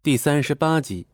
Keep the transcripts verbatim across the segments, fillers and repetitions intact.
第三十八集。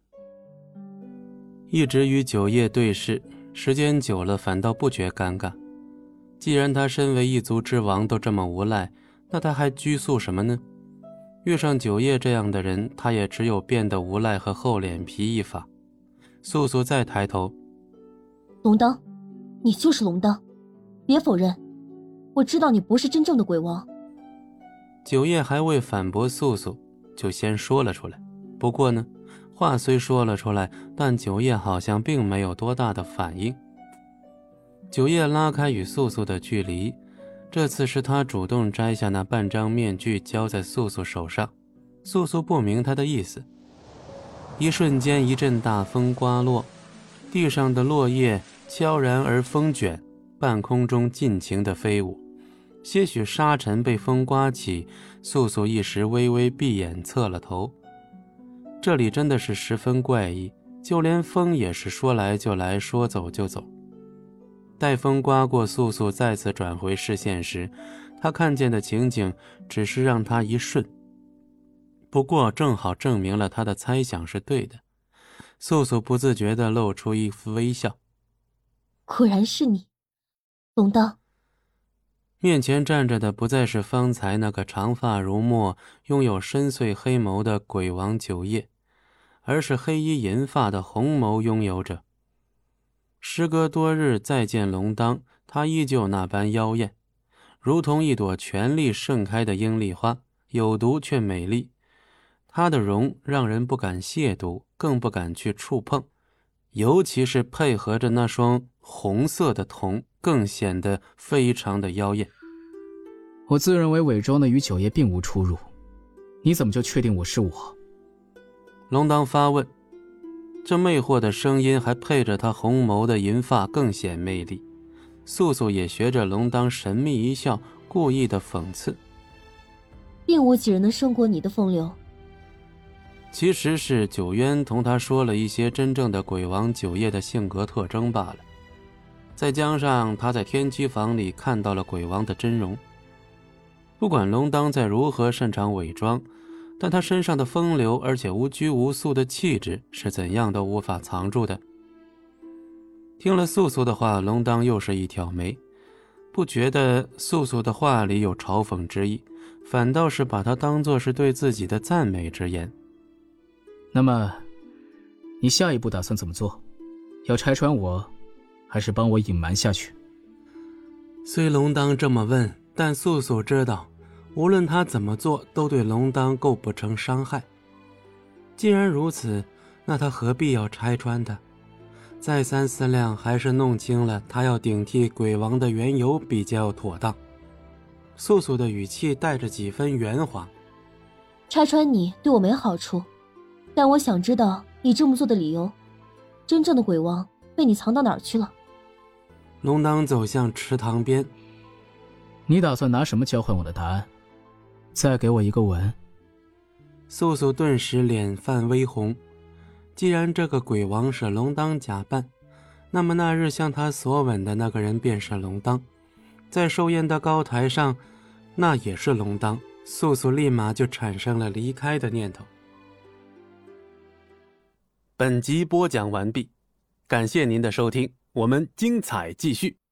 一直与九叶对视，时间久了反倒不觉尴尬。既然他身为一族之王都这么无赖，那他还拘束什么呢？遇上九叶这样的人，他也只有变得无赖和厚脸皮一法。素素再抬头， 龙当，你就是龙当，别否认，我知道你不是真正的鬼王。 九叶还未反驳素素，就先说了出来。不过呢，话虽说了出来，但九叶好像并没有多大的反应。九叶拉开与素素的距离，这次是他主动摘下那半张面具交在素素手上。素素不明他的意思。一瞬间，一阵大风刮落，地上的落叶悄然而风卷，半空中尽情地飞舞，些许沙尘被风刮起，素素一时微微闭眼侧了头。这里真的是十分怪异，就连风也是说来就来，说走就走。待风刮过素素再次转回视线时，他看见的情景只是让他一瞬，不过正好证明了他的猜想是对的。素素不自觉地露出一副微笑。 果然是你，龙当。 面前站着的不再是方才那个长发如墨、拥有深邃黑眸的鬼王九叶，而是黑衣银发的红眸拥有者。时隔多日再见龙当，他依旧那般妖艳，如同一朵全力盛开的樱丽花，有毒却美丽。他的容让人不敢亵渎，更不敢去触碰，尤其是配合着那双红色的瞳，更显得非常的妖艳。 我自认为伪装的与九叶并无出入，你怎么就确定我是我？ 龙当发问，这魅惑的声音还配着他红眸的银发更显魅力。素素也学着龙当神秘一笑，故意的讽刺， 并无几人能胜过你的风流。 其实是九渊同他说了一些真正的鬼王九叶的性格特征罢了，再加上他在天机房里看到了鬼王的真容。不管龙当再如何擅长伪装，但他身上的风流而且无拘无束的气质是怎样都无法藏住的。听了素素的话，龙当又是一挑眉，不觉得素素的话里有嘲讽之意，反倒是把它当作是对自己的赞美之言。 那么你下一步打算怎么做？要拆穿我，还是帮我隐瞒下去？ 虽龙当这么问，但素素知道无论他怎么做都对龙当构不成伤害。既然如此，那他何必要拆穿他？再三思量，还是弄清了他要顶替鬼王的缘由比较妥当。素素的语气带着几分圆滑。 拆穿你对我没好处，但我想知道你这么做的理由。真正的鬼王被你藏到哪儿去了？ 龙当走向池塘边。 你打算拿什么交换我的答案？再给我一个吻。 素素顿时脸泛微红。既然这个鬼王是龙当假扮，那么那日向他索吻的那个人便是龙当，在寿宴的高台上，那也是龙当。素素立马就产生了离开的念头。本集播讲完毕，感谢您的收听，我们精彩继续。